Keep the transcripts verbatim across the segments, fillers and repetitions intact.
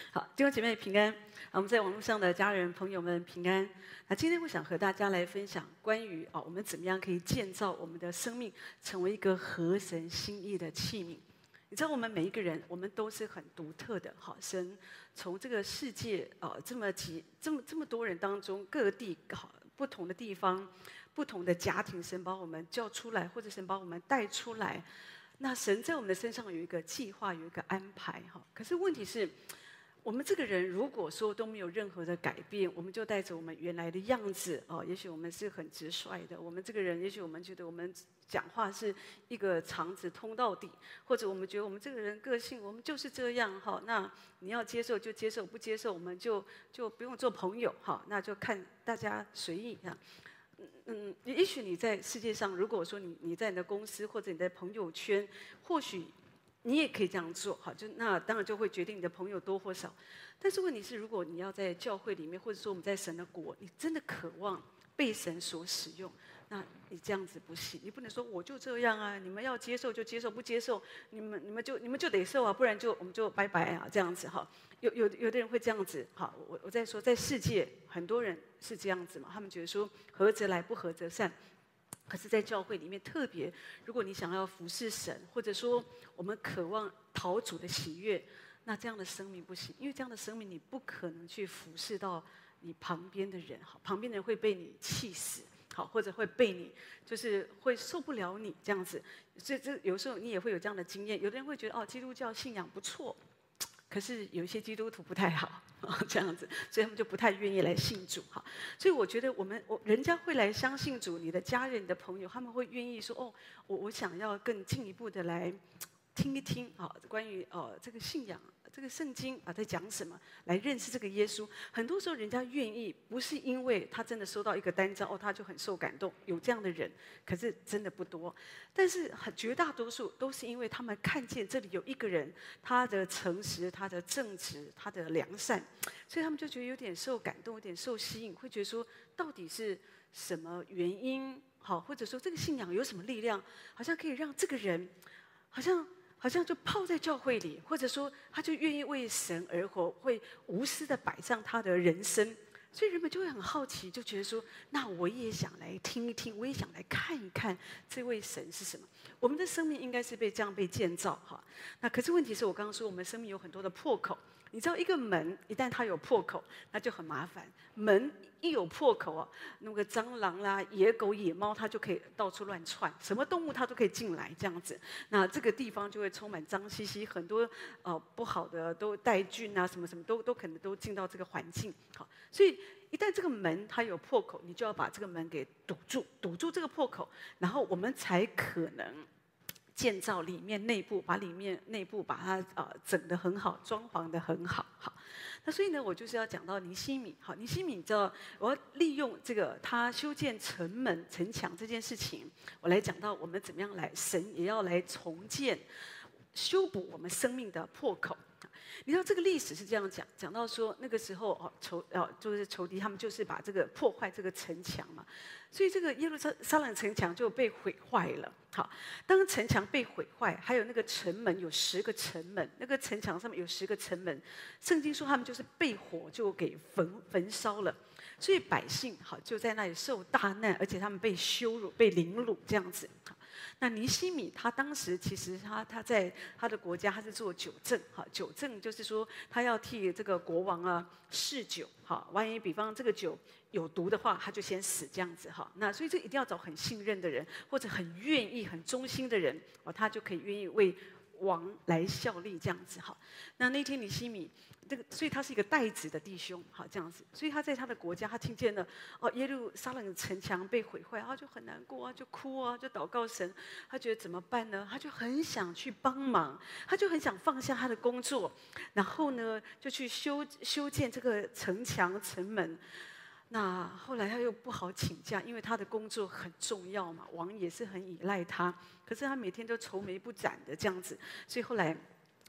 好，弟兄姐妹平安。我们在网络上的家人朋友们平安。那今天我想和大家来分享关于啊，我们怎么样可以建造我们的生命，成为一个合神心意的器皿。你知道，我们每一个人，我们都是很独特的。好，神从这个世界啊这么几这么这么多人当中，各地好不同的地方、不同的家庭，神把我们叫出来，或者神把我们带出来。那神在我们的身上有一个计划，有一个安排。哈，可是问题是，我们这个人如果说都没有任何的改变，我们就带着我们原来的样子哦。也许我们是很直率的，我们这个人，也许我们觉得我们讲话是一个肠子通到底，或者我们觉得我们这个人个性，我们就是这样哈。那你要接受就接受，不接受我们就就不用做朋友哈。那就看大家随意啊。嗯，也许你在世界上，如果说你你在你的公司或者你在朋友圈，或许你也可以这样做，好，就那当然就会决定你的朋友多或少。但是问题是，如果你要在教会里面，或者说我们在神的国，你真的渴望被神所使用，那你这样子不行，你不能说我就这样啊，你们要接受就接受，不接受你们你们就你们就得受啊，不然就我们就拜拜啊，这样子哈。有有有的人会这样子，好，我我在说，在世界很多人是这样子嘛，他们觉得说合则来，不合则散。可是，在教会里面，特别如果你想要服侍神，或者说我们渴望讨主的喜悦，那这样的生命不行，因为这样的生命你不可能去服侍到你旁边的人，好，旁边的人会被你气死，好，或者会被你就是会受不了你这样子。所以这有时候你也会有这样的经验，有的人会觉得哦，基督教信仰不错。可是有一些基督徒不太好，这样子，所以他们就不太愿意来信主哈。所以我觉得我们我人家会来相信主，你的家人、你的朋友，他们会愿意说哦，我我想要更进一步的来听一听啊，关于呃这个信仰。这个圣经啊，在讲什么？来认识这个耶稣。很多时候，人家愿意不是因为他真的收到一个单张哦，他就很受感动。有这样的人，可是真的不多。但是很绝大多数都是因为他们看见这里有一个人，他的诚实、他的正直、他的良善，所以他们就觉得有点受感动，有点受吸引，会觉得说，到底是什么原因？好，或者说这个信仰有什么力量，好像可以让这个人，好像。好像就泡在教会里，或者说他就愿意为神而活，会无私的摆上他的人生，所以人们就会很好奇，就觉得说，那我也想来听一听，我也想来看一看这位神是什么。我们的生命应该是被这样被建造哈。那可是问题是我刚刚说，我们生命有很多的破口。你知道，一个门一旦它有破口，那就很麻烦。门一有破口啊，那个蟑螂啦、野狗、野猫，它就可以到处乱窜，什么动物它都可以进来，这样子。那这个地方就会充满脏兮兮，很多呃不好的都带菌啊，什么什么都都可能都进到这个环境。好，所以一旦这个门它有破口，你就要把这个门给堵住，堵住这个破口，然后我们才可能。建造里面内部，把里面内部把它呃整得很好，装潢得很好，好。那所以呢，我就是要讲到尼西米，好，尼西米，你知道，我要利用这个他修建城门、城墙这件事情，我来讲到我们怎么样来，神也要来重建、修补我们生命的破口。你知道这个历史是这样讲，讲到说那个时候哦仇哦就是仇敌他们就是把这个破坏这个城墙嘛，所以这个耶路撒冷城墙就被毁坏了。好，当城墙被毁坏，还有那个城门有十个城门，那个城墙上面有十个城门，圣经说他们就是被火就给焚焚烧了，所以百姓好就在那里受大难，而且他们被羞辱、被凌辱这样子。那尼西米他当时其实他他在他的国家他是做酒政，哈，酒政就是说他要替这个国王啊试酒，哈，万一比方这个酒有毒的话，他就先死这样子哈。那所以这一定要找很信任的人，或者很愿意、很忠心的人，哦，他就可以愿意为王来效力这样子哈。那那天尼西米这个，所以他是一个带子的弟兄，好这样子。所以他在他的国家，他听见了哦耶路撒冷城墙被毁坏，他就很难过啊，就哭啊，就祷告神。他觉得怎么办呢？他就很想去帮忙，他就很想放下他的工作，然后呢就去修修建这个城墙城门。那后来他又不好请假，因为他的工作很重要嘛，王也是很依赖他。可是他每天都愁眉不展的这样子，所以后来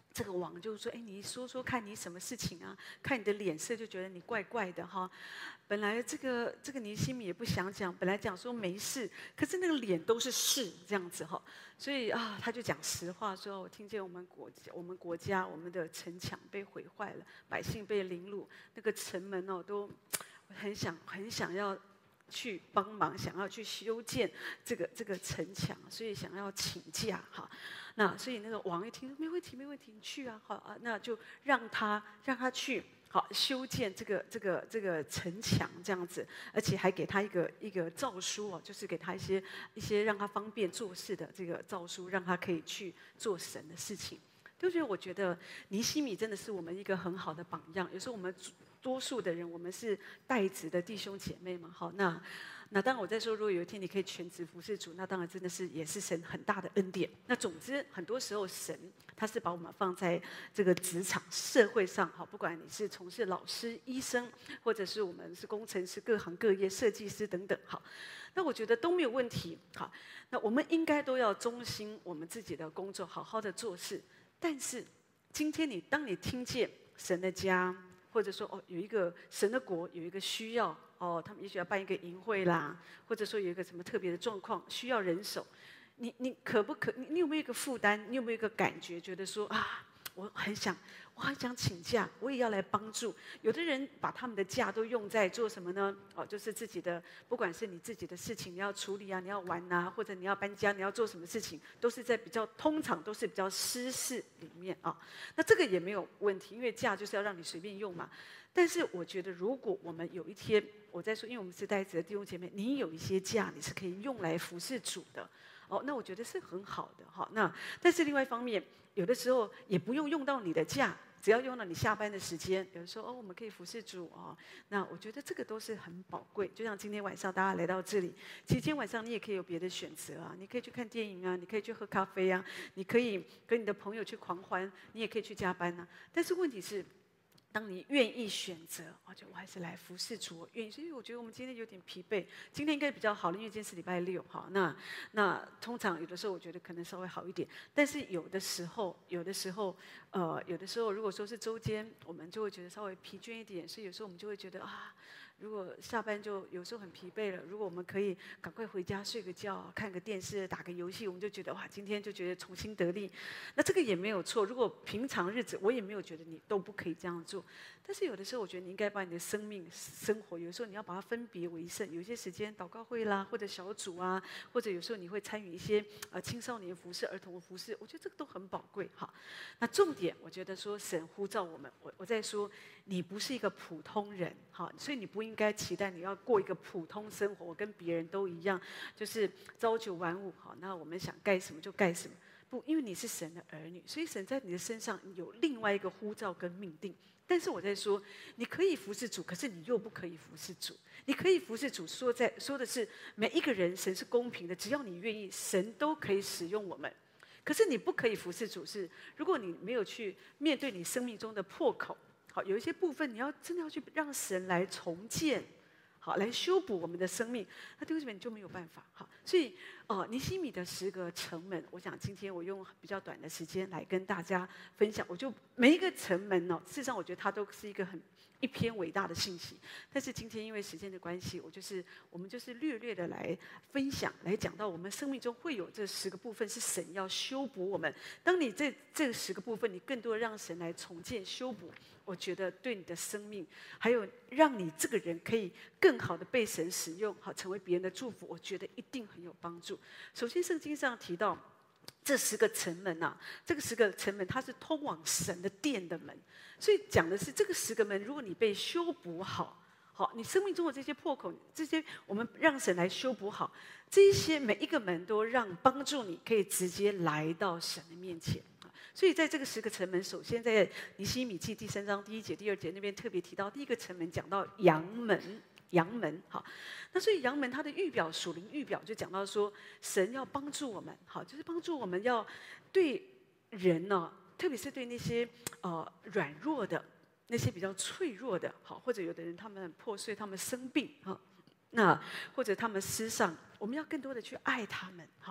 这个王就说：“哎，你说说看你什么事情啊？看你的脸色就觉得你怪怪的哈。本来这个这个尼希米也不想讲，本来讲说没事，可是那个脸都是事这样子哈。所以啊，他就讲实话说：我听见我们国我们国家我们的城墙被毁坏了，百姓被凌辱，那个城门哦都很想很想要。”去帮忙，想要去修建这个这个城墙，所以想要请假哈。那所以那个王一听没问题，没问题，你去啊，好啊，那就让他让他去好修建这个这个这个城墙这样子，而且还给他一个一个诏书哦，就是给他一些一些让他方便做事的这个诏书，让他可以去做神的事情。对不对？我觉得尼希米真的是我们一个很好的榜样。有时候我们多数的人，我们是代职的弟兄姐妹嘛，好，那那当然我在说，如果有一天你可以全职服侍主，那当然真的是也是神很大的恩典。那总之，很多时候神他是把我们放在这个职场社会上，好，不管你是从事老师、医生，或者是我们是工程师、各行各业、设计师等等，好，那我觉得都没有问题。好，那我们应该都要忠心我们自己的工作，好好的做事。但是，今天你当你听见神的家，或者说哦有一个神的国有一个需要哦，他们也许要办一个营会啦，或者说有一个什么特别的状况需要人手，你你可不可你你有没有一个负担？你有没有一个感觉，觉得说啊，我很想我很想请假，我也要来帮助。有的人把他们的假都用在做什么呢？哦，就是自己的，不管是你自己的事情你要处理啊，你要玩啊，或者你要搬家，你要做什么事情，都是在比较通常都是比较私事里面啊。那这个也没有问题，因为假就是要让你随便用嘛。但是我觉得，如果我们有一天，我在说，因为我们是代子的弟兄姐妹，你有一些假，你是可以用来服侍主的。哦，那我觉得是很好的哈。那但是另外一方面，有的时候也不用用到你的假，只要用到你下班的时间。有的时候哦，我们可以服侍主哦。那我觉得这个都是很宝贵。就像今天晚上大家来到这里，其实今天晚上你也可以有别的选择啊，你可以去看电影啊，你可以去喝咖啡啊，你可以跟你的朋友去狂欢，你也可以去加班啊。但是问题是，当你愿意选择，我觉得我还是来服侍主，我愿意。所以我觉得我们今天有点疲惫，今天应该比较好了，因为今天是礼拜六，哈。那那通常有的时候我觉得可能稍微好一点，但是有的时候，有的时候，呃，有的时候如果说是周间，我们就会觉得稍微疲倦一点，所以有时候我们就会觉得啊。如果下班就有时候很疲惫了，如果我们可以赶快回家睡个觉，看个电视，打个游戏，我们就觉得哇，今天就觉得重新得力。那这个也没有错。如果平常日子，我也没有觉得你都不可以这样做。但是有的时候，我觉得你应该把你的生命、生活，有时候你要把它分别为圣。有一些时间祷告会啦，或者小组啊，或者有时候你会参与一些呃青少年服饰、儿童服饰，我觉得这个都很宝贵哈。那重点，我觉得说神呼召我们，我我在说你不是一个普通人哈，所以你不应该期待你要过一个普通生活，我跟别人都一样，就是朝九晚五哈。那我们想干什么就干什么，不，因为你是神的儿女，所以神在你的身上有另外一个呼召跟命定。但是我在说，你可以服侍主，可是你又不可以服侍主。你可以服侍主，说在说的是每一个人，神是公平的，只要你愿意，神都可以使用我们。可是你不可以服侍主，是如果你没有去面对你生命中的破口，好，有一些部分你要真的要去让神来重建。好，来修补我们的生命，那弟兄姊妹你就没有办法。好，所以呃，尼希米的十个城门，我想今天我用比较短的时间来跟大家分享。我就每一个城门哦，事实上我觉得它都是一个很一篇伟大的信息。但是今天因为时间的关系，我就是我们就是略略的来分享，来讲到我们生命中会有这十个部分是神要修补我们。当你这这十个部分，你更多的让神来重建修补。我觉得对你的生命，还有让你这个人可以更好的被神使用，好成为别人的祝福，我觉得一定很有帮助。首先，圣经上提到这十个城门啊，这个十个城门它是通往神的殿的门，所以讲的是这个十个门，如果你被修补好，好，你生命中的这些破口，这些我们让神来修补好，这一些每一个门都让帮助你可以直接来到神的面前。所以在这个十个城门，首先在尼希米记第三章第一节、第二节那边特别提到，第一个城门讲到阳门，阳门，好，那所以阳门它的预表属灵预表就讲到说，神要帮助我们，好，就是帮助我们要对人呢、哦，特别是对那些呃软弱的、那些比较脆弱的，好，或者有的人他们很破碎，他们生病，哈，那或者他们失丧，我们要更多的去爱他们，哈。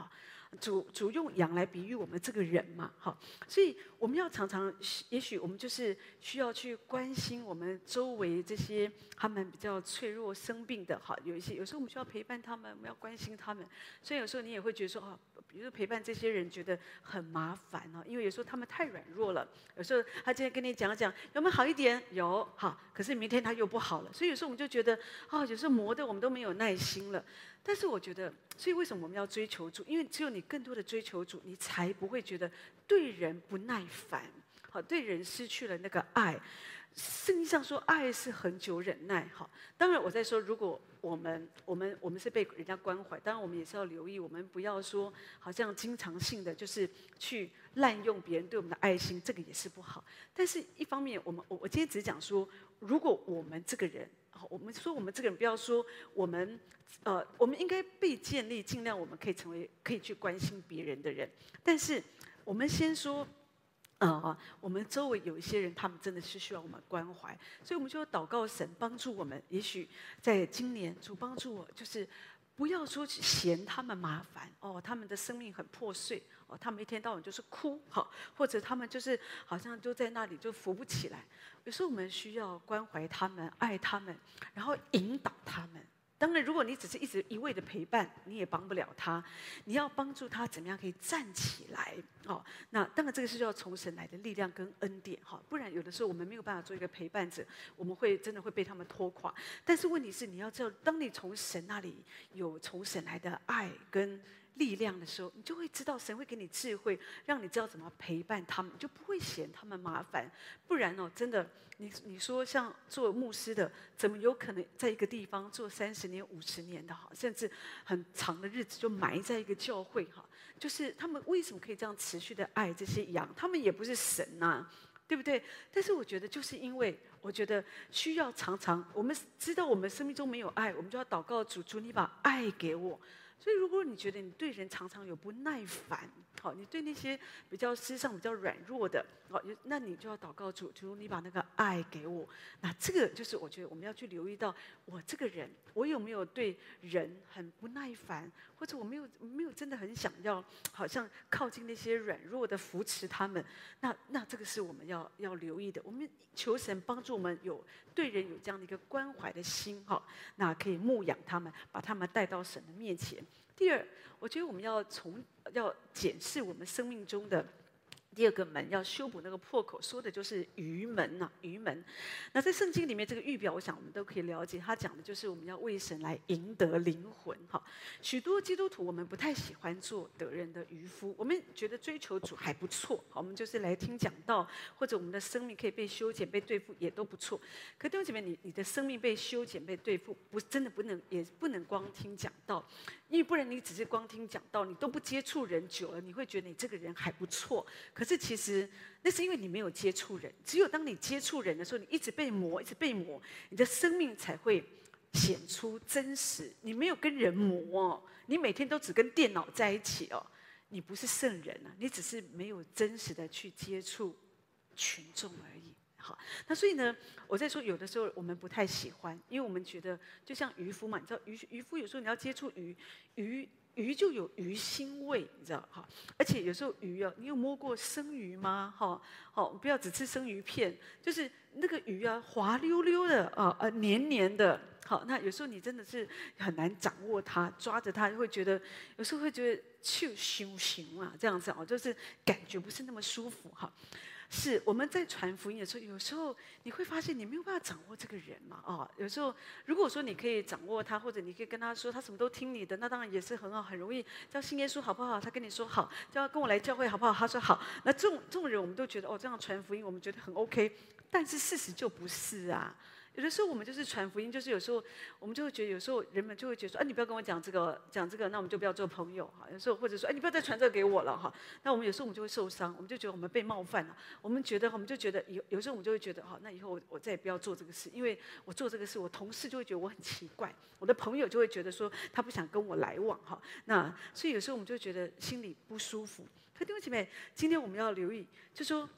主主用羊来比喻我们这个人嘛，好，所以我们要常常，也许我们就是需要去关心我们周围这些他们比较脆弱、生病的，好，有一些有时候我们需要陪伴他们，我们要关心他们。所以有时候你也会觉得说，哦，比如说陪伴这些人觉得很麻烦哦，因为有时候他们太软弱了。有时候他今天跟你讲讲有没有好一点，有好，可是明天他又不好了。所以有时候我们就觉得，啊、哦，有时候磨得我们都没有耐心了。但是我觉得，所以为什么我们要追求主？因为只有你更多的追求主，你才不会觉得对人不耐烦，好，对人失去了那个爱。圣经上说，爱是恒久忍耐。好，当然我在说，如果我们我们我们是被人家关怀，当然我们也是要留意，我们不要说好像经常性的就是去滥用别人对我们的爱心，这个也是不好。但是一方面，我们我我今天只讲说，如果我们这个人，我们说我们这个人，不要说我们，呃，我们应该被建立，尽量我们可以成为可以去关心别人的人。但是我们先说。呃，我们周围有一些人，他们真的是需要我们关怀，所以我们就要祷告神帮助我们。也许在今年，主帮助我，就是不要说嫌他们麻烦哦，他们的生命很破碎哦，他们一天到晚就是哭，好，或者他们就是好像就在那里就扶不起来。有时候我们需要关怀他们，爱他们，然后引导他们。当然，如果你只是一直一味的陪伴，你也帮不了他。你要帮助他怎么样可以站起来，哦，那当然这个是要从神来的力量跟恩典，哈，不然有的时候我们没有办法做一个陪伴者，我们会真的会被他们拖垮。但是问题是，你要知道，当你从神那里有从神来的爱跟力量的时候，你就会知道神会给你智慧，让你知道怎么陪伴他们，你就不会嫌他们麻烦。不然哦，真的，你你说像做牧师的，怎么有可能在一个地方做三十年、五十年的哈，甚至很长的日子就埋在一个教会哈？就是他们为什么可以这样持续的爱这些羊？他们也不是神呐、啊，对不对？但是我觉得，就是因为我觉得需要常常，我们知道我们生命中没有爱，我们就要祷告主，主你把爱给我。所以，如果你觉得你对人常常有不耐烦，好，你对那些比较世上比较软弱的，好，那你就要祷告主，主你把那个爱给我。那这个就是我觉得我们要去留意到，我这个人，我有没有对人很不耐烦，或者我没有没有真的很想要，好像靠近那些软弱的扶持他们。那那这个是我们要要留意的。我们求神帮助我们有对人有这样的一个关怀的心，哈，那可以牧养他们，把他们带到神的面前。第二，我觉得我们要从要检视我们生命中的第二个门，要修补那个破口，说的就是愚门呐、啊，愚门。那在圣经里面，这个预表，我想我们都可以了解，他讲的就是我们要为神来赢得灵魂。哈，许多基督徒我们不太喜欢做得人的渔夫，我们觉得追求主还不错，好，我们就是来听讲道，或者我们的生命可以被修剪、被对付，也都不错。可弟兄姐妹，你你的生命被修剪、被对付，不真的不能，也不能光听讲道。因为不然你只是光听讲道，你都不接触人久了，你会觉得你这个人还不错。可是其实那是因为你没有接触人，只有当你接触人的时候，你一直被磨，一直被磨，你的生命才会显出真实。你没有跟人磨哦，你每天都只跟电脑在一起哦，你不是圣人啊，你只是没有真实的去接触群众而已。好，那所以呢，我在说有的时候我们不太喜欢，因为我们觉得就像渔夫嘛，你知道渔渔夫有时候你要接触鱼，鱼鱼就有鱼腥味，你知道哈？而且有时候鱼啊，你有摸过生鱼吗？哈，好，不要只吃生鱼片，就是那个鱼啊，滑溜溜的啊，呃，黏黏的。好，那有时候你真的是很难掌握它，抓着它会觉得，有时候会觉得就熊熊啊，这样子哦，就是感觉不是那么舒服哈。是我们在传福音的时候，有时候你会发现你没有办法掌握这个人嘛，哦，有时候如果说你可以掌握他，或者你可以跟他说，他什么都听你的，那当然也是很好，很容易。叫信耶稣好不好？他跟你说好，叫他跟我来教会好不好？他说好。那这种这种人，我们都觉得哦，这样传福音我们觉得很 OK， 但是事实就不是啊。有的时候我们就是传福音，就是有时候我们就会觉得，有时候人们就会觉得说，啊，你不要跟我讲这个，讲这个，那我们就不要做朋友哈。有时候或者说，哎，你不要再传这个给我了哈。那我们有时候我们就会受伤，我们就觉得我们被冒犯了，我们觉得我们就觉得有有时候我们就会觉得，好，那以后我我再也不要做这个事，因为我做这个事，我同事就会觉得我很奇怪，我的朋友就会觉得说他不想跟我来往哈。那所以有时候我们就觉得心里不舒服。可弟兄姐妹，今天我们要留意，就说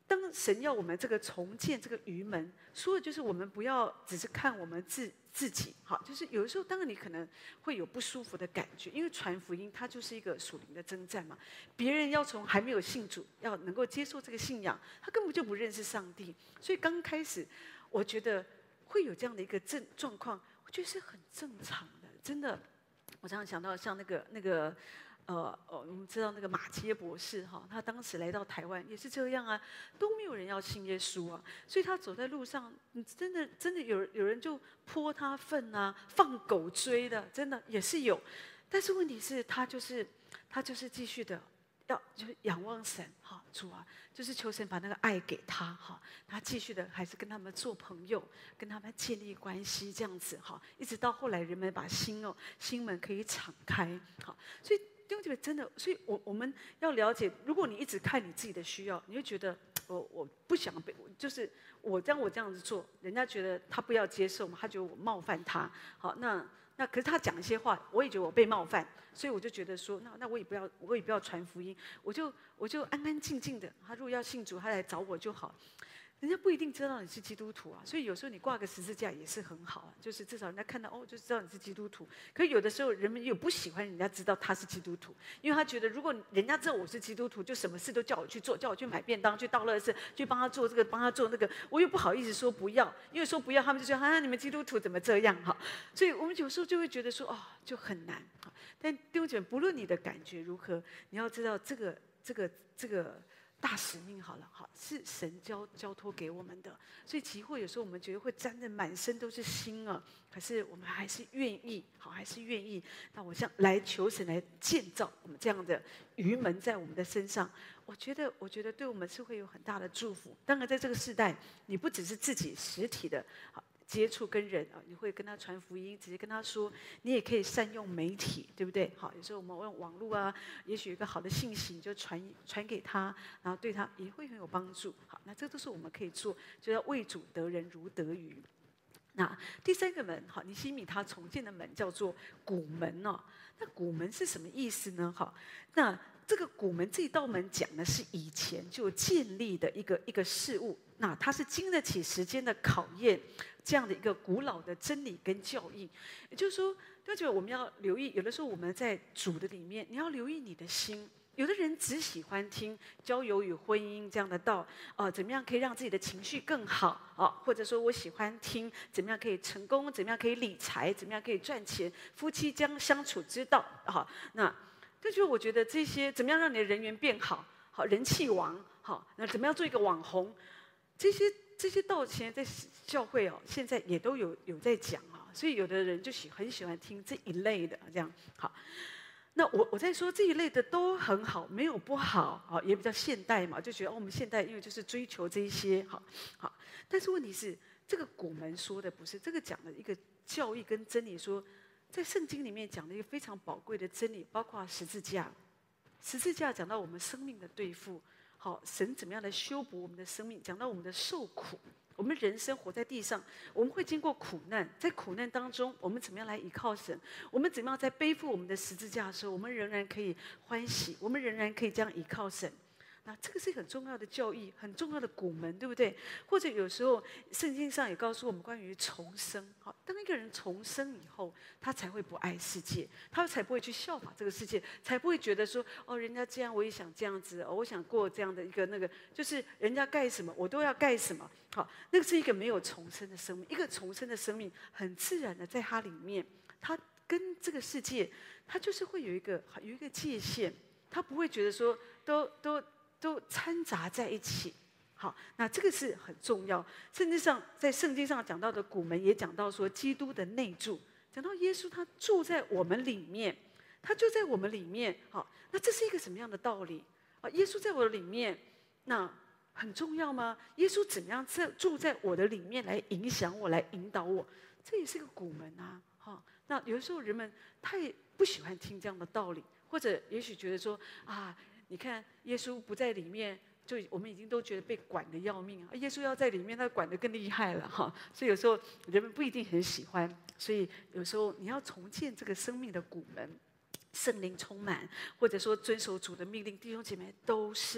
当神要我们这个重建这个鱼门，说的就是我们不要只是看我们自自己，好，就是有的时候，当然你可能会有不舒服的感觉，因为传福音它就是一个属灵的征战嘛。别人要从还没有信主，要能够接受这个信仰，他根本就不认识上帝，所以刚开始，我觉得会有这样的一个症状况，我觉得是很正常的，真的。我常常想到像那个那个。呃呃，我们知道那个马歇博士哈，他当时来到台湾也是这样啊，都没有人要信耶稣啊，所以他走在路上，你真的真的有有人就泼他粪啊，放狗追的，真的也是有。但是问题是，他就是他就是继续的要就是仰望神哈，主啊，就是求神把那个爱给他哈，他继续的还是跟他们做朋友，跟他们建立关系这样子哈，一直到后来人们把心哦心门可以敞开好，所以。弟兄姐妹，真的，所以我我们要了解，如果你一直看你自己的需要，你会觉得我我不想被，就是我这样我这样子做，人家觉得他不要接受嘛，他觉得我冒犯他，好，那那可是他讲一些话，我也觉得我被冒犯，所以我就觉得说，那那我也不要，我也不要传福音，我就我就安安静静的，他如果要信主，他来找我就好。人家不一定知道你是基督徒啊，所以有时候你挂个十字架也是很好啊，就是至少人家看到哦，就知道你是基督徒。可是有的时候人们又不喜欢人家知道他是基督徒，因为他觉得如果人家知道我是基督徒，就什么事都叫我去做，叫我去买便当、去倒垃圾、去帮他做这个、帮他做那个，我又不好意思说不要，因为说不要，他们就觉得啊，你们基督徒怎么这样哈？所以我们有时候就会觉得说哦，就很难。但弟兄姐妹，不论你的感觉如何，你要知道这个、这个、这个。大使命好了，好是神交交托给我们的，所以集会有时候我们觉得会沾得满身都是腥啊，可是我们还是愿意，好还是愿意。那我想来求神来建造我们这样的鱼门在我们的身上，我觉得，我觉得对我们是会有很大的祝福。当然，在这个时代，你不只是自己实体的好。接触跟人啊，你会跟他传福音，直接跟他说，你也可以善用媒体，对不对？好，有时候我们用网络啊，也许有一个好的信息，你就传传给他，然后对他也会很有帮助。好，那这都是我们可以做，就要为主得人如得鱼。那第三个门，好，尼希米他重建的门叫做古门哦。那古门是什么意思呢？好，那这个古门这一道门讲的是以前就建立的一个一个事物，那它是经得起时间的考验。这样的一个古老的真理跟教义，也就是说，对不对？我们要留意，有的时候我们在主的里面，你要留意你的心。有的人只喜欢听交友与婚姻这样的道，啊、呃，怎么样可以让自己的情绪更好啊？或者说我喜欢听怎么样可以成功，怎么样可以理财，怎么样可以赚钱，夫妻将相处之道，好，那这就是我觉得这些怎么样让你的人缘变好，好人气王，好，那怎么样做一个网红，这些。这些道前在教会哦，现在也都有有在讲啊，所以有的人就喜很喜欢听这一类的这样。好，那我我在说这一类的都很好，没有不好啊，也比较现代嘛，就觉得哦，我们现代因为就是追求这一些，好，好。但是问题是，这个古门说的不是这个讲的一个教义跟真理说，在圣经里面讲的一个非常宝贵的真理，包括十字架，十字架讲到我们生命的对付。好，神怎么样来修补我们的生命？讲到我们的受苦，我们人生活在地上，我们会经过苦难，在苦难当中，我们怎么样来依靠神？我们怎么样在背负我们的十字架的时候，我们仍然可以欢喜，我们仍然可以这样依靠神。那这个是很重要的教义，很重要的古门，对不对？或者有时候圣经上也告诉我们关于重生。好，当一个人重生以后，他才会不爱世界，他才不会去效法这个世界，才不会觉得说哦，人家这样我也想这样子，哦，我想过这样的一个那个，就是人家盖什么我都要盖什么。好，那个是一个没有重生的生命，一个重生的生命很自然的在它里面，它跟这个世界，它就是会有一个有一个界限，他不会觉得说都都。都掺杂在一起，好，那这个是很重要。甚至上在圣经上讲到的古门，也讲到说基督的内住，讲到耶稣他住在我们里面，他就在我们里面。好，那这是一个什么样的道理啊？耶稣在我的里面，那很重要吗？耶稣怎么样在住在我的里面来影响我，来引导我？这也是个古门啊。好，那有的时候人们太不喜欢听这样的道理，或者也许觉得说啊。你看，耶稣不在里面，就我们已经都觉得被管得要命啊！耶稣要在里面，他管得更厉害了哈。所以有时候人们不一定很喜欢，所以有时候你要重建这个生命的古门，圣灵充满，或者说遵守主的命令，弟兄姐妹都是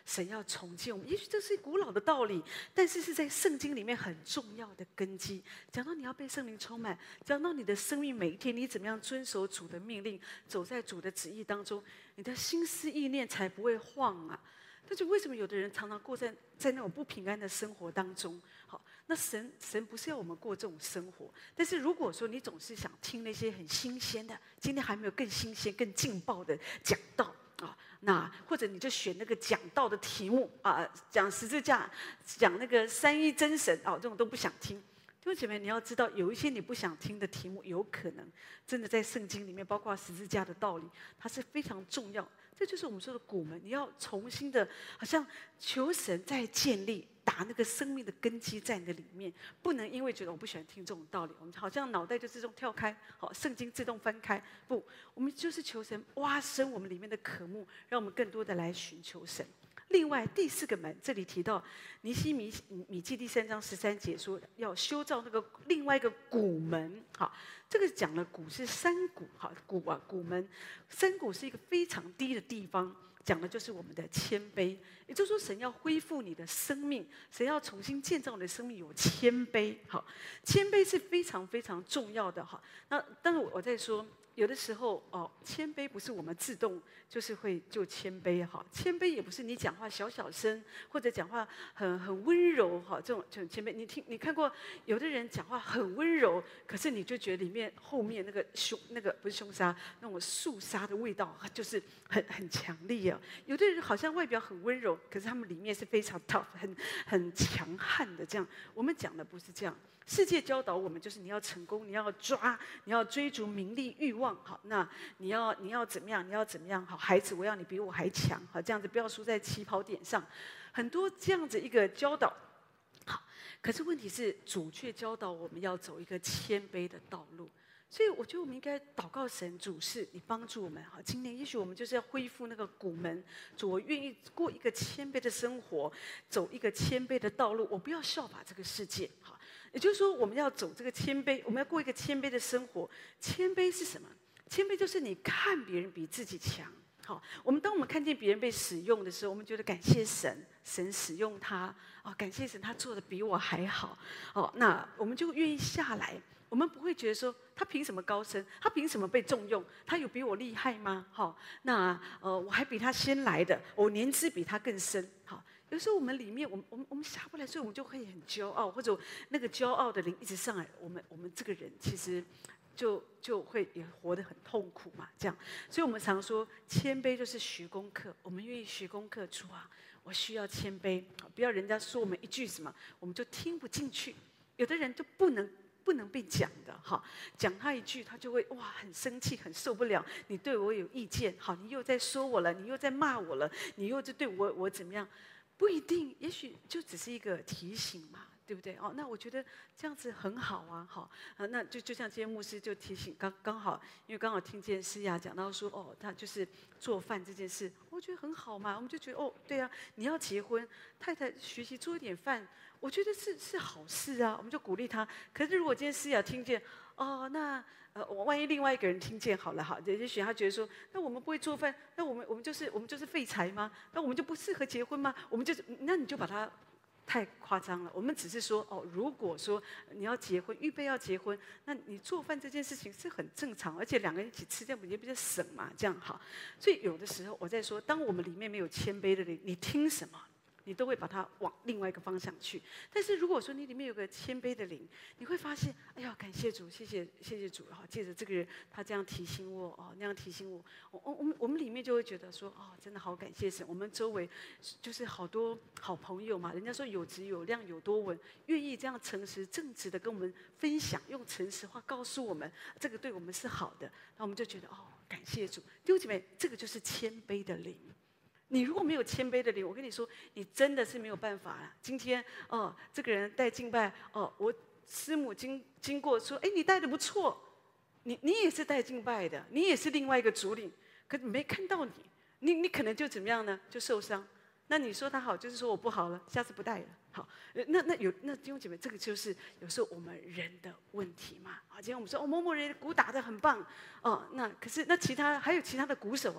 神要重建我们。也许这是古老的道理，但是是在圣经里面很重要的根基。讲到你要被圣灵充满，讲到你的生命每一天你怎么样遵守主的命令，走在主的旨意当中，你的心思意念才不会晃啊。但是为什么有的人常常过在在那种不平安的生活当中？好，那神神不是要我们过这种生活，但是如果说你总是想听那些很新鲜的，今天还没有更新鲜、更劲爆的讲道啊，那或者你就选那个讲道的题目啊，讲十字架、讲那个三一真神啊，这种都不想听。弟兄姐妹，你要知道，有一些你不想听的题目，有可能真的在圣经里面，包括十字架的道理，它是非常重要。这就是我们说的古门，你要重新的，好像求神在建立，打那个生命的根基在你的里面，不能因为觉得我不喜欢听这种道理，我们好像脑袋就自动跳开，好，圣经自动翻开。不，我们就是求神挖深我们里面的渴慕，让我们更多的来寻求神。另外第四个门，这里提到尼希米米记第三章十三节说，要修造那个另外一个古门。好，这个讲了古是山谷，好，古啊古门，山谷是一个非常低的地方，讲的就是我们的谦卑。也就是说，神要恢复你的生命，神要重新建造你的生命，有谦卑。好，谦卑是非常非常重要的。哈，那但是我在说。有的时候哦，谦卑不是我们自动就是会就谦卑哈，谦卑也不是你讲话小小声或者讲话很很温柔哈，这种这种谦卑，你听你看过有的人讲话很温柔，可是你就觉得里面后面那个凶那个不是凶杀那种肃杀的味道就是很很强烈啊。有的人好像外表很温柔，可是他们里面是非常 tough 很很强悍的这样。我们讲的不是这样。世界教导我们，就是你要成功，你要抓，你要追逐名利欲望，好，那你要你要怎么样？你要怎么样？好，孩子，我要你比我还强，好，这样子不要输在起跑点上。很多这样子一个教导，好，可是问题是主却教导我们要走一个谦卑的道路。所以我觉得我们应该祷告神主是你帮助我们哈。今年也许我们就是要恢复那个古门，主我愿意过一个谦卑的生活，走一个谦卑的道路，我不要效法这个世界哈。也就是说，我们要走这个谦卑，我们要过一个谦卑的生活。谦卑是什么？谦卑就是你看别人比自己强。好，我们当我们看见别人被使用的时候，我们觉得感谢神，神使用他啊，感谢神他做的比我还好。哦，那我们就愿意下来。我们不会觉得说他凭什么高升，他凭什么被重用，他有比我厉害吗？好，那呃我还比他先来的，我年资比他更深。好，有时候我们里面我们我们我们下不来，所以我们就会很骄傲，或者那个骄傲的灵一直上来，我们我们这个人其实就就会也活得很痛苦嘛。这样，所以我们常说谦卑就是学功课，我们愿意学功课，主啊，我需要谦卑，不要人家说我们一句什么，我们就听不进去。有的人就不能。不能被讲的哈，讲他一句，他就会哇很生气，很受不了。你对我有意见，好，你又在说我了，你又在骂我了，你又在对我我怎么样？不一定，也许就只是一个提醒嘛，对不对？哦，那我觉得这样子很好啊，好啊，那就就像今天牧师就提醒，刚刚好，因为刚好听见诗雅讲到说，哦，他就是做饭这件事，我觉得很好嘛，我们就觉得哦，对啊，你要结婚，太太学习做一点饭。我觉得是是好事啊，我们就鼓励他。可是如果今天思雅听见，哦，那呃，我万一另外一个人听见好了哈，也许他觉得说，那我们不会做饭，那我们我们就是我们就是废柴吗？那我们就不适合结婚吗？我们就是，那你就把它太夸张了。我们只是说，哦，如果说你要结婚，预备要结婚，那你做饭这件事情是很正常，而且两个人一起吃，这样也比较省嘛，这样好。所以有的时候我在说，当我们里面没有谦卑的人，你听什么？你都会把它往另外一个方向去。但是如果说你里面有个谦卑的灵，你会发现，哎呀，感谢主，谢谢谢谢主哈，借着这个人他这样提醒我哦，那样提醒我，我我我们我们里面就会觉得说，哦，真的好感谢神，我们周围就是好多好朋友嘛，人家说有质有量有多稳，愿意这样诚实正直的跟我们分享，用诚实话告诉我们，这个对我们是好的，那我们就觉得哦，感谢主。弟兄姐妹，这个就是谦卑的灵。你如果没有谦卑的灵，我跟你说，你真的是没有办法了。今天哦，这个人带敬拜哦，我师母经经过说，哎，你带的不错，你你也是带敬拜的，你也是另外一个主领，可没看到你，你你可能就怎么样呢？就受伤。那你说他好，就是说我不好了，下次不带了。好，那那有那弟兄姐妹，这个就是有时候我们人的问题嘛。好，今天我们说哦，某某人鼓打得很棒哦，那可是那其他还有其他的鼓手啊。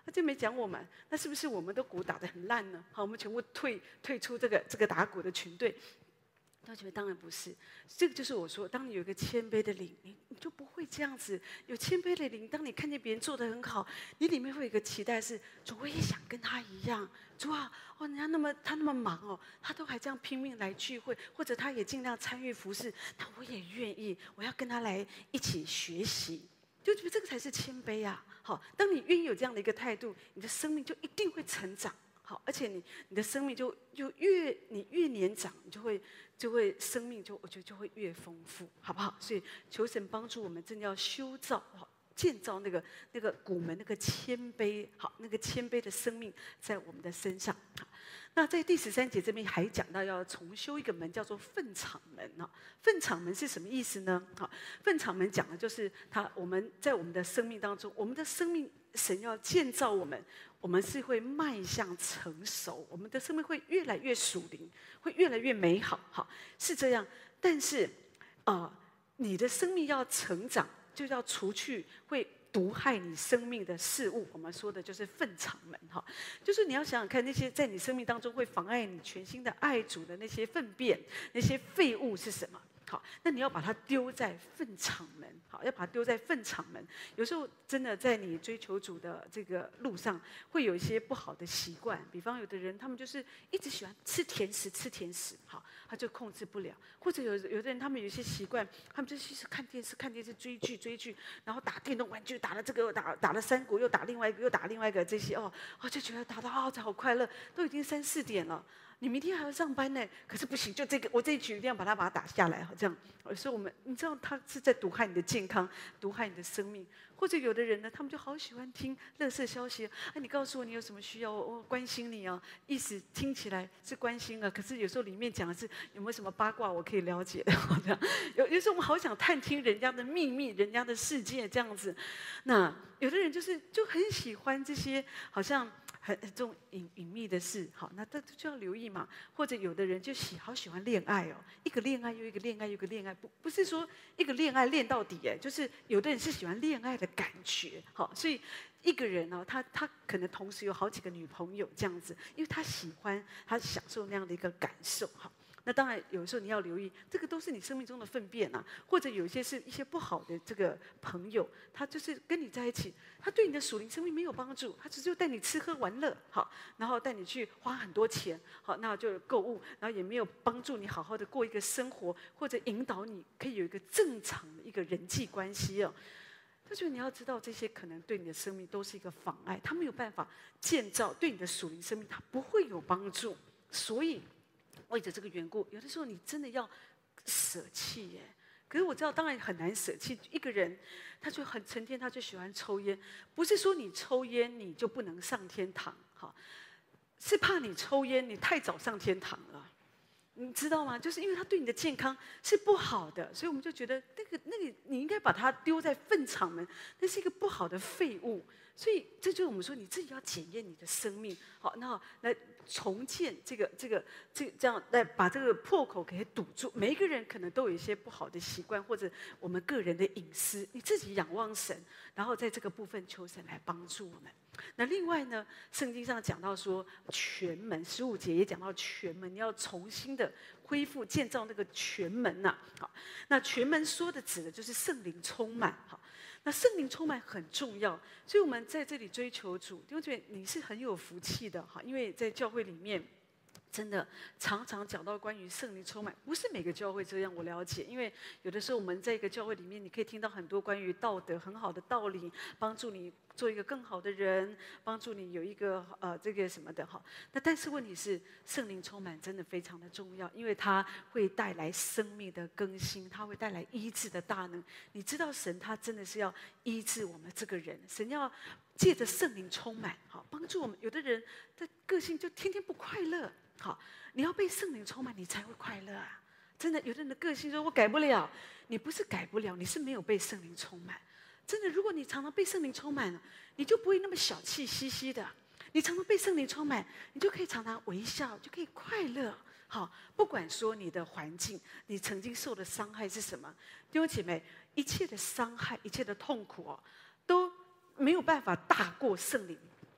他就没讲我们，那是不是我们的鼓打得很烂呢？好，我们全部退退出这个这个打鼓的群队。他觉得当然不是，这个就是我说，当你有一个谦卑的灵，你你就不会这样子。有谦卑的灵，当你看见别人做得很好，你里面会有一个期待是：主，我也想跟他一样。主啊，哦，人家那么他那么忙哦，他都还这样拼命来聚会，或者他也尽量参与服事，那我也愿意，我要跟他来一起学习。就觉得这个才是谦卑啊！好，当你愿意有这样的一个态度，你的生命就一定会成长。好，而且你你的生命就就越你越年长，你就会就会生命就我觉得就会越丰富，好不好？所以求神帮助我们，真的要修造好建造那个那个骨门那个谦卑，好那个谦卑的生命在我们的身上。好，那在第十三节这边还讲到要重修一个门，叫做粪场门啊。粪场门是什么意思呢？好，粪场门讲的就是他我们在我们的生命当中，我们的生命神要建造我们。我们是会迈向成熟，我们的生命会越来越属灵，会越来越美好，好是这样。但是，啊、呃，你的生命要成长，就要除去会毒害你生命的事物。我们说的就是粪场门，哈，就是你要想想看，那些在你生命当中会妨碍你全心的爱主的那些粪便、那些废物是什么？好，那你要把它丢在粪场门，好，要把它丢在粪场门。有时候真的在你追求主的这个路上，会有一些不好的习惯，比方有的人他们就是一直喜欢吃甜食，吃甜食，好，他就控制不了；或者有有的人他们有一些习惯，他们就是看电视，看电视追剧，追剧，然后打电动玩具，打了这个又打打了三国，又打另外一个，又打另外一个，这些哦，哦就觉得打得好好快乐，都已经三四点了。你明天还要上班呢，可是不行，就这个我这一局一定要把它把它打下来，这样。所以我们你知道他是在毒害你的健康，毒害你的生命。或者有的人呢，他们就好喜欢听垃圾消息，哎，你告诉我你有什么需要，我我关心你啊，意思听起来是关心啊，可是有时候里面讲的是有没有什么八卦我可以了解的，这样。有有时候我们好想探听人家的秘密，人家的世界这样子。那有的人就是就很喜欢这些，好像。很这种隐隐秘的事，好，那这就要留意嘛。或者有的人就喜好喜欢恋爱哦，一个恋爱又一个恋爱又一个恋爱，不不是说一个恋爱恋到底哎，就是有的人是喜欢恋爱的感觉，好，所以一个人呢、哦，他他可能同时有好几个女朋友这样子，因为他喜欢他享受那样的一个感受，好。那当然，有时候你要留意，这个都是你生命中的粪便啊，或者有一些是一些不好的这个朋友，他就是跟你在一起，他对你的属灵生命没有帮助，他只是带你吃喝玩乐，好，然后带你去花很多钱，好，那就购物，然后也没有帮助你好好的过一个生活，或者引导你可以有一个正常的一个人际关系哦。但是你要知道，这些可能对你的生命都是一个妨碍，他没有办法建造对你的属灵生命，他不会有帮助，所以。为着这个缘故，有的时候你真的要舍弃耶。可是我知道，当然很难舍弃。一个人，他就很成天，他就喜欢抽烟。不是说你抽烟你就不能上天堂，哈，是怕你抽烟你太早上天堂了。你知道吗？就是因为它对你的健康是不好的，所以我们就觉得那个那个你应该把它丢在粪场门，那是一个不好的废物。所以这就是我们说你自己要检验你的生命，好，那来重建这个这个这这样来把这个破口给堵住。每一个人可能都有一些不好的习惯，或者我们个人的隐私，你自己仰望神，然后在这个部分求神来帮助我们。那另外呢，圣经上讲到说全门，十五节也讲到全门，你要重新的恢复建造那个全门呐、啊。好，那全门说的指的就是圣灵充满，好。那圣灵充满很重要，所以我们在这里追求主，因为你是很有福气的哈，因为在教会里面，真的常常讲到关于圣灵充满，不是每个教会这样，我了解，因为有的时候我们在一个教会里面，你可以听到很多关于道德很好的道理，帮助你做一个更好的人，帮助你有一个呃这个什么的哈。那但是问题是，圣灵充满真的非常的重要，因为它会带来生命的更新，它会带来医治的大能。你知道神他真的是要医治我们这个人，神要借着圣灵充满，好帮助我们。有的人的个性就天天不快乐，好，你要被圣灵充满，你才会快乐啊！真的，有的人的个性说我改不了，你不是改不了，你是没有被圣灵充满。真的，如果你常常被圣灵充满了，你就不会那么小气兮兮的。你常常被圣灵充满，你就可以常常微笑，就可以快乐。好，不管说你的环境，你曾经受的伤害是什么，弟兄姐妹，一切的伤害，一切的痛苦哦，都没有办法大过圣灵。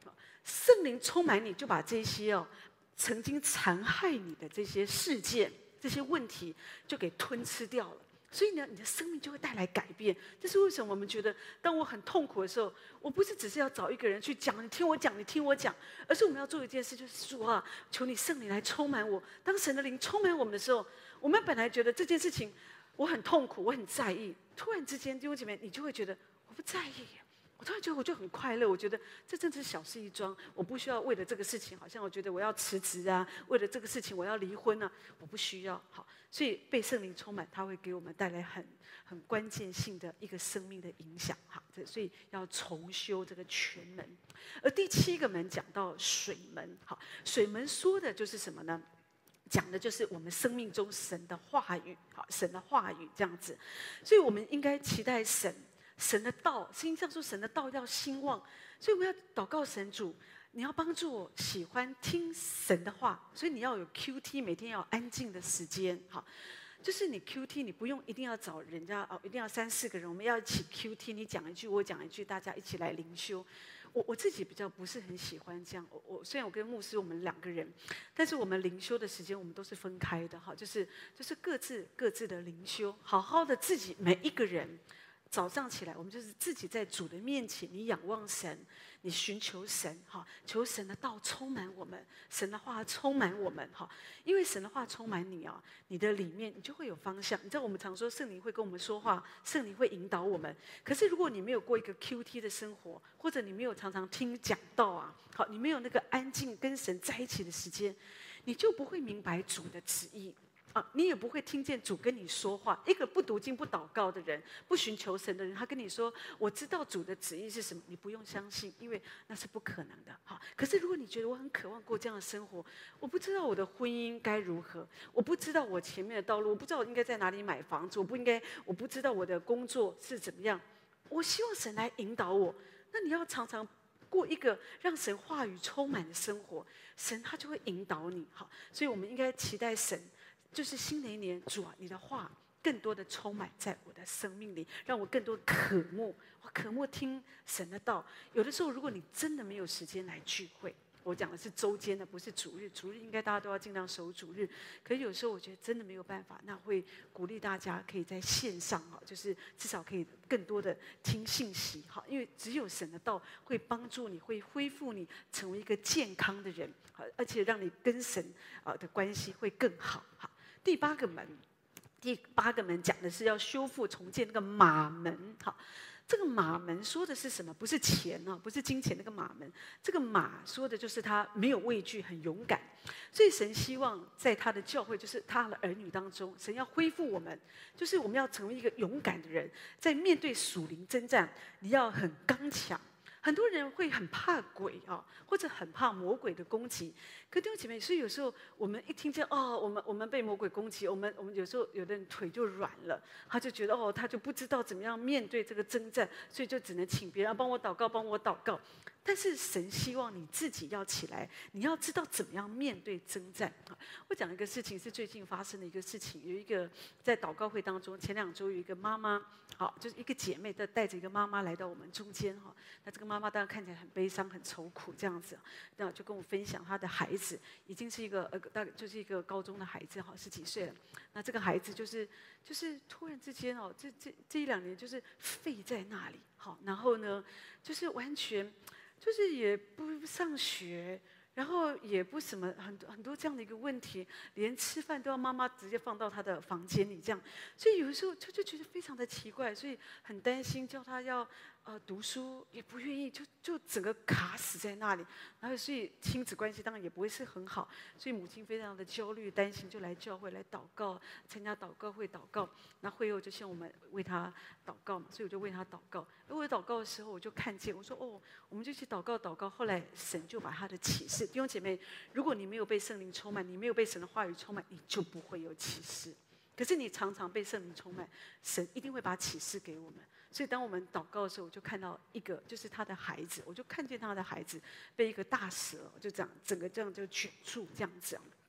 圣灵充满你，就把这些哦曾经残害你的这些事件、这些问题，就给吞吃掉了。所以呢，你的生命就会带来改变。这是为什么我们觉得，当我很痛苦的时候，我不是只是要找一个人去讲，你听我讲，你听我讲，而是我们要做一件事，就是说啊，求你圣灵来充满我。当神的灵充满我们的时候，我们本来觉得这件事情我很痛苦，我很在意，突然之间弟兄姐妹，你就会觉得我不在意耶。我突然觉得我就很快乐，我觉得这真是小事一桩，我不需要为了这个事情，好像我觉得我要辞职啊，为了这个事情我要离婚啊，我不需要。好，所以被圣灵充满，它会给我们带来很很关键性的一个生命的影响。好，所以要重修这个全门。而第七个门讲到水门，好，水门说的就是什么呢？讲的就是我们生命中神的话语，好，神的话语这样子，所以我们应该期待神。神的道，圣经上说神的道要兴旺，所以我们要祷告神主，你要帮助我喜欢听神的话，所以你要有 Q T， 每天要有安静的时间，好，就是你 Q T， 你不用一定要找人家哦，一定要三四个人，我们要一起 Q T， 你讲一句，我讲一句，大家一起来灵修。我我自己比较不是很喜欢这样，我我虽然我跟牧师我们两个人，但是我们灵修的时间我们都是分开的，哈，就是就是各自各自的灵修，好好的自己每一个人。早上起来，我们就是自己在主的面前，你仰望神，你寻求神，哈，求神的道充满我们，神的话充满我们，哈，因为神的话充满你啊，你的里面你就会有方向。你知道我们常说圣灵会跟我们说话，圣灵会引导我们。可是如果你没有过一个 Q T 的生活，或者你没有常常听讲道啊，好，你没有那个安静跟神在一起的时间，你就不会明白主的旨意。啊，你也不会听见主跟你说话。一个不读经、不祷告的人，不寻求神的人，他跟你说：“我知道主的旨意是什么。”你不用相信，因为那是不可能的。好，可是如果你觉得我很渴望过这样的生活，我不知道我的婚姻该如何，我不知道我前面的道路，我不知道我应该在哪里买房子，我不应该，我不知道我的工作是怎么样。我希望神来引导我。那你要常常过一个让神话语充满的生活，神他就会引导你。好，所以我们应该期待神。就是新的一年，主啊，你的话更多的充满在我的生命里，让我更多渴慕，我渴慕听神的道。有的时候，如果你真的没有时间来聚会，我讲的是周间的，不是主日。主日应该大家都要尽量守主日。可是有时候我觉得真的没有办法，那会鼓励大家可以在线上哈，就是至少可以更多的听信息哈，因为只有神的道会帮助你，会恢复你，成为一个健康的人，而且让你跟神啊的关系会更好哈。第八个门，第八个门讲的是要修复重建那个马门。好，这个马门说的是什么？不是钱哦，不是金钱那个马门。这个马说的就是他没有畏惧，很勇敢。所以神希望在他的教会，就是他的儿女当中，神要恢复我们，就是我们要成为一个勇敢的人，在面对属灵征战，你要很刚强。很多人会很怕鬼啊，或者很怕魔鬼的攻击。可弟兄姐妹，所以有时候我们一听见哦，我们我们被魔鬼攻击，我们我们有时候有的人腿就软了，他就觉得哦，他就不知道怎么样面对这个征战，所以就只能请别人帮我祷告，帮我祷告。但是神希望你自己要起来，你要知道怎么样面对征战。我讲一个事情是最近发生的一个事情，有一个在祷告会当中，前两周有一个妈妈，好，就是一个姐妹的带着一个妈妈来到我们中间哈。那这个妈妈当然看起来很悲伤、很愁苦这样子，那就跟我分享她的孩子已经是一个呃，大概就是一个高中的孩子哈，十几岁了。那这个孩子就是就是突然之间哦，这这这一两年就是废在那里，好，然后呢，就是完全。就是也不上学，然后也不什么很多很多这样的一个问题，连吃饭都要妈妈直接放到他的房间里这样，所以有的时候他就觉得非常的奇怪，所以很担心，叫他要呃读书也不愿意，就就整个卡死在那里，然后所以亲子关系当然也不会是很好，所以母亲非常的焦虑担心，就来教会来祷告，参加祷告会祷告，那会后就向我们为他祷告嘛，所以我就为他祷告。而我祷告的时候，我就看见我说哦，我们就去祷告祷告，后来神就把他的启示。弟兄姐妹，如果你没有被圣灵充满，你没有被神的话语充满，你就不会有启示。可是你常常被圣灵充满，神一定会把启示给我们。所以当我们祷告的时候，我就看到一个，就是他的孩子，我就看见他的孩子被一个大蛇就这样整个这样就卷住这样子。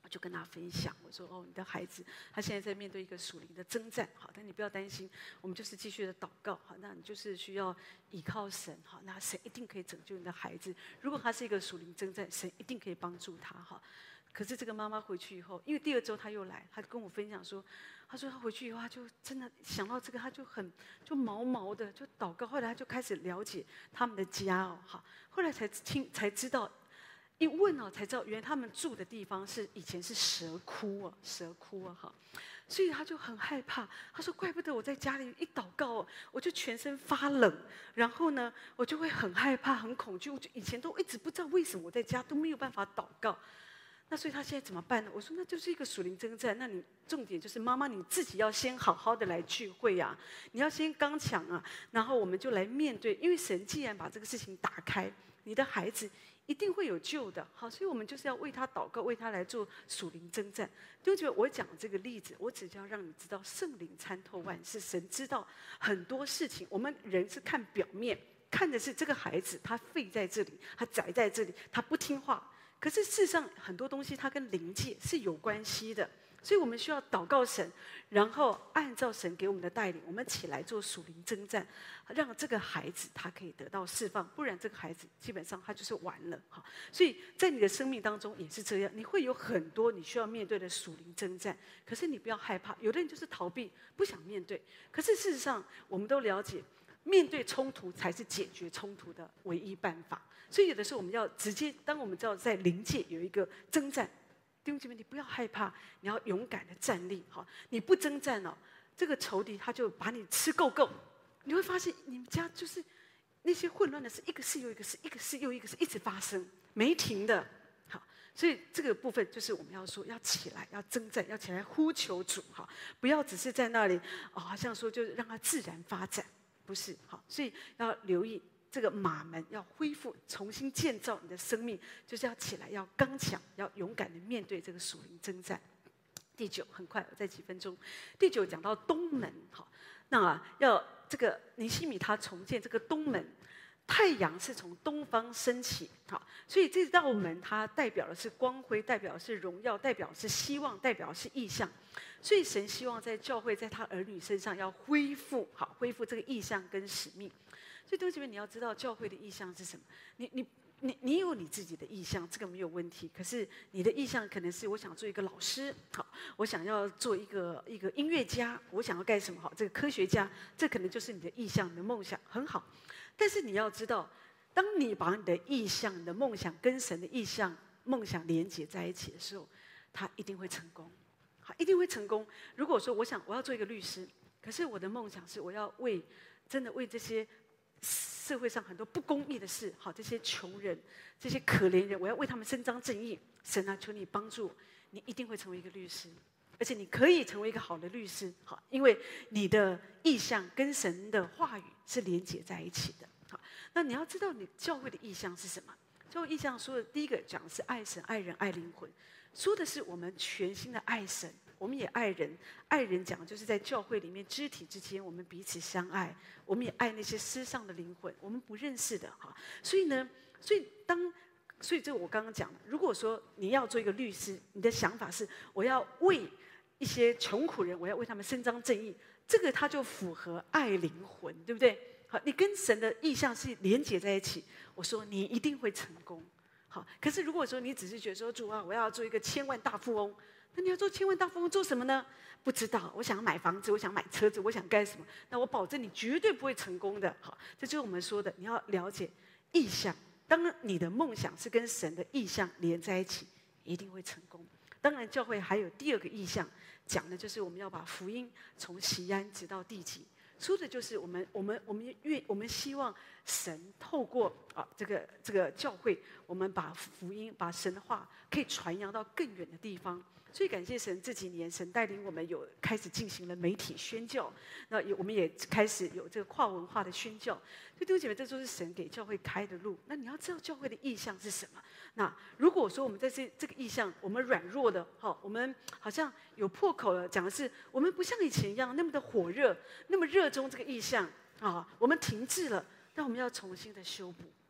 就跟他分享，我说哦，你的孩子他现在在面对一个属灵的征战，好，但你不要担心，我们就是继续的祷告，好，那你就是需要倚靠神，好，那神一定可以拯救你的孩子。如果他是一个属灵征战，神一定可以帮助他，哈。可是这个妈妈回去以后，因为第二周她又来，她跟我分享说，她说她回去以后，她就真的想到这个，她就很就毛毛的，就祷告。后来她就开始了解他们的家哦，哈，后来才听才知道。一问哦，才知道原来他们住的地方是以前是蛇窟啊，蛇窟啊，哈，所以他就很害怕。他说：“怪不得我在家里一祷告哦，我就全身发冷，然后呢，我就会很害怕、很恐惧。我就以前都一直不知道为什么我在家都没有办法祷告。那所以他现在怎么办呢？我说那就是一个属灵征战。那你重点就是妈妈你自己要先好好的来聚会啊，你要先刚强啊，然后我们就来面对。因为神既然把这个事情打开，你的孩子。”一定会有救的，好，所以我们就是要为他祷告，为他来做属灵征战。就觉得我讲这个例子，我只是要让你知道，圣灵参透万事，神知道很多事情。我们人是看表面，看的是这个孩子他废在这里，他宅在这里，他不听话。可是事实上，很多东西它跟灵界是有关系的。所以我们需要祷告神，然后按照神给我们的带领，我们起来做属灵征战，让这个孩子他可以得到释放，不然这个孩子基本上他就是完了哈。所以在你的生命当中也是这样，你会有很多你需要面对的属灵征战，可是你不要害怕，有的人就是逃避，不想面对。可是事实上，我们都了解，面对冲突才是解决冲突的唯一办法。所以有的时候我们要直接，当我们知道在灵界有一个征战。弟兄姐妹，你不要害怕，你要勇敢的站立。好，你不征战哦，这个仇敌他就把你吃够够。你会发现，你们家就是那些混乱的事，一个事又一个事，一个事又一个事，一直发生，没停的。好，所以这个部分就是我们要说，要起来，要征战，要起来呼求主。哈，不要只是在那里哦，好像说就是让它自然发展，不是。好，所以要留意。这个马门要恢复、重新建造你的生命，就是要起来，要刚强，要勇敢的面对这个属灵征战。第九，很快，我再几分钟。第九讲到东门，好，那啊，要这个尼希米他重建这个东门，太阳是从东方升起，好，所以这道门它代表的是光辉，代表的是荣耀，代表的是希望，代表的是意象。所以神希望在教会，在他儿女身上要恢复，好，恢复这个意象跟使命。所以弟兄姐妹，你要知道教会的意向是什么？你你你你有你自己的意向，这个没有问题。可是你的意向可能是我想做一个老师，好，我想要做一个一个音乐家，我想要干什么？好，这个科学家，这可能就是你的意向、你的梦想，很好。但是你要知道，当你把你的意向、你的梦想跟神的意向、梦想连接在一起的时候，他一定会成功，好，一定会成功。如果说我想我要做一个律师，可是我的梦想是我要为真的为这些。社会上很多不公义的事，好，这些穷人、这些可怜人，我要为他们伸张正义。神啊，求你帮助，你一定会成为一个律师，而且你可以成为一个好的律师，好，因为你的意向跟神的话语是连结在一起的。好，那你要知道你教会的意向是什么？教会意向说的第一个讲的是爱神、爱人、爱灵魂，说的是我们全心的爱神。我们也爱人，爱人讲的就是在教会里面肢体之间，我们彼此相爱。我们也爱那些失丧的灵魂，我们不认识的哈。所以呢，所以当，所以这我刚刚讲了，如果说你要做一个律师，你的想法是我要为一些穷苦人，我要为他们伸张正义，这个它就符合爱灵魂，对不对？好，你跟神的意向是连结在一起，我说你一定会成功。好，可是如果说你只是觉得说主啊，我要做一个千万大富翁。那你要做千万大富翁做什么呢？不知道。我想买房子，我想买车子，我想干什么？那我保证你绝对不会成功的。好，这就是我们说的，你要了解意向。当你的梦想是跟神的意向连在一起，一定会成功。当然，教会还有第二个意向，讲的就是我们要把福音从西安直到地极。说的就是我们，我们，我们愿，我们希望神透过啊这个这个教会，我们把福音、把神的话可以传扬到更远的地方。所以感谢神，这几年神带领我们有开始进行了媒体宣教，那有我们也开始有这个跨文化的宣教。所以弟兄姐妹，这都是神给教会开的路。那你要知道教会的意向是什么？那如果说我们在这这个意向，我们软弱的，好，我们好像有破口了，讲的是我们不像以前一样那么的火热，那么热衷这个意向啊，我们停滞了，那我们要重新的修补。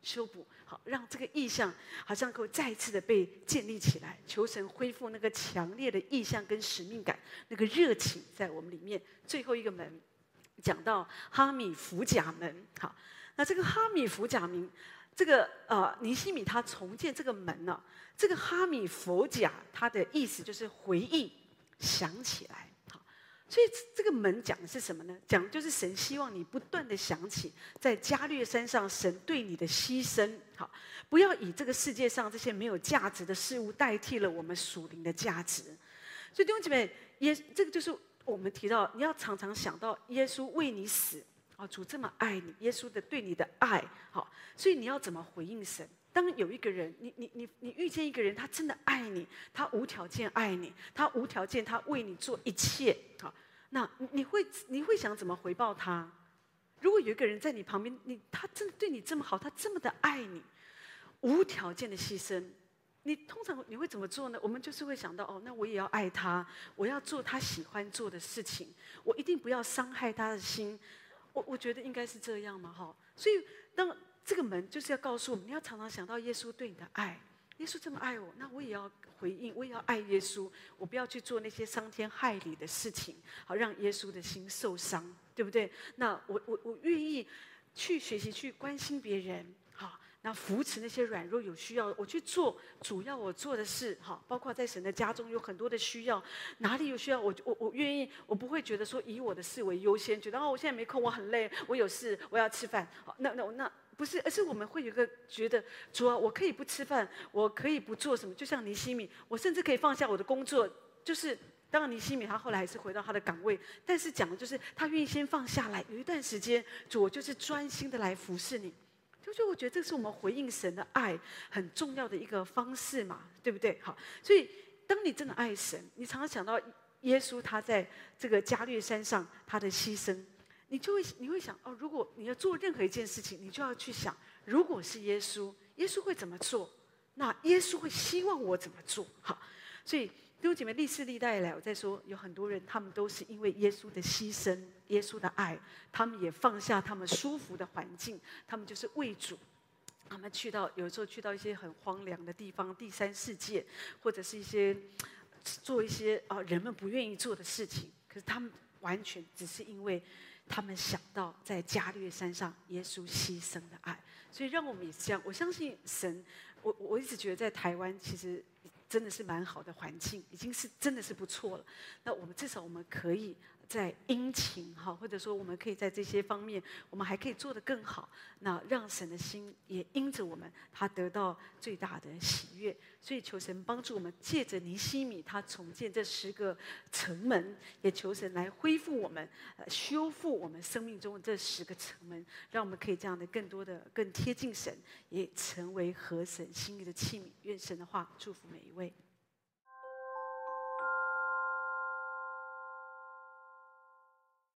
修补，好让这个意象好像可以再一次的被建立起来。求神恢复那个强烈的意象跟使命感，那个热情在我们里面。最后一个门讲到哈米弗甲门，好，那这个哈米弗甲门，这个呃尼希米他重建这个门呢、啊，这个哈米弗甲它的意思就是回忆、想起来。所以这个门讲的是什么呢？讲的就是神希望你不断的想起在加略山上神对你的牺牲，好，不要以这个世界上这些没有价值的事物代替了我们属灵的价值。所以弟兄姐妹，耶，这个就是我们提到，你要常常想到耶稣为你死，啊，主这么爱你，耶稣的对你的爱，好，所以你要怎么回应神？当有一个人，你你你你遇见一个人，他真的爱你，他无条件爱你，他无条件，他为你做一切，好，那你会你会想怎么回报他？如果有一个人在你旁边，你他真的对你这么好，他这么的爱你，无条件的牺牲，你通常你会怎么做呢？我们就是会想到，哦，那我也要爱他，我要做他喜欢做的事情，我一定不要伤害他的心。我我觉得应该是这样嘛，哈。所以当这个门就是要告诉我们，你要常常想到耶稣对你的爱。耶稣这么爱我，那我也要回应，我也要爱耶稣。我不要去做那些伤天害理的事情，好让耶稣的心受伤，对不对？那我我我愿意去学习，去关心别人，好，那扶持那些软弱有需要，我去做主要我做的事，好，包括在神的家中有很多的需要，哪里有需要，我我我愿意，我不会觉得说以我的事为优先，觉得哦我现在没空，我很累，我有事，我要吃饭，好，那那那。不是，而是我们会有一个觉得，主啊，我可以不吃饭，我可以不做什么，就像尼希米，我甚至可以放下我的工作。就是当然，尼希米他后来还是回到他的岗位，但是讲的就是他愿意先放下来，有一段时间，主，我就是专心的来服侍你。就是我觉得这是我们回应神的爱很重要的一个方式嘛，对不对？好，所以当你真的爱神，你常常想到耶稣他在这个加略山上他的牺牲。你就会你会想哦，如果你要做任何一件事情，你就要去想，如果是耶稣，耶稣会怎么做？那耶稣会希望我怎么做？好，所以弟兄姐妹，历世历代来，我在说，有很多人，他们都是因为耶稣的牺牲、耶稣的爱，他们也放下他们舒服的环境，他们就是为主。他们去到有时候去到一些很荒凉的地方，第三世界，或者是一些做一些啊、呃、人们不愿意做的事情，可是他们完全只是因为。他们想到在加略山上耶稣牺牲的爱，所以让我们也是这样。我相信神，我我一直觉得在台湾其实真的是蛮好的环境，已经是真的是不错了。那我们至少我们可以在殷勤哈，或者说我们可以在这些方面，我们还可以做得更好。那让神的心也因着我们，他得到最大的喜悦。所以求神帮助我们，借着尼希米他重建这十个城门，也求神来恢复我们，呃，修复我们生命中的这十个城门，让我们可以这样的更多的更贴近神，也成为合神心意的器皿。愿神的话祝福每一位。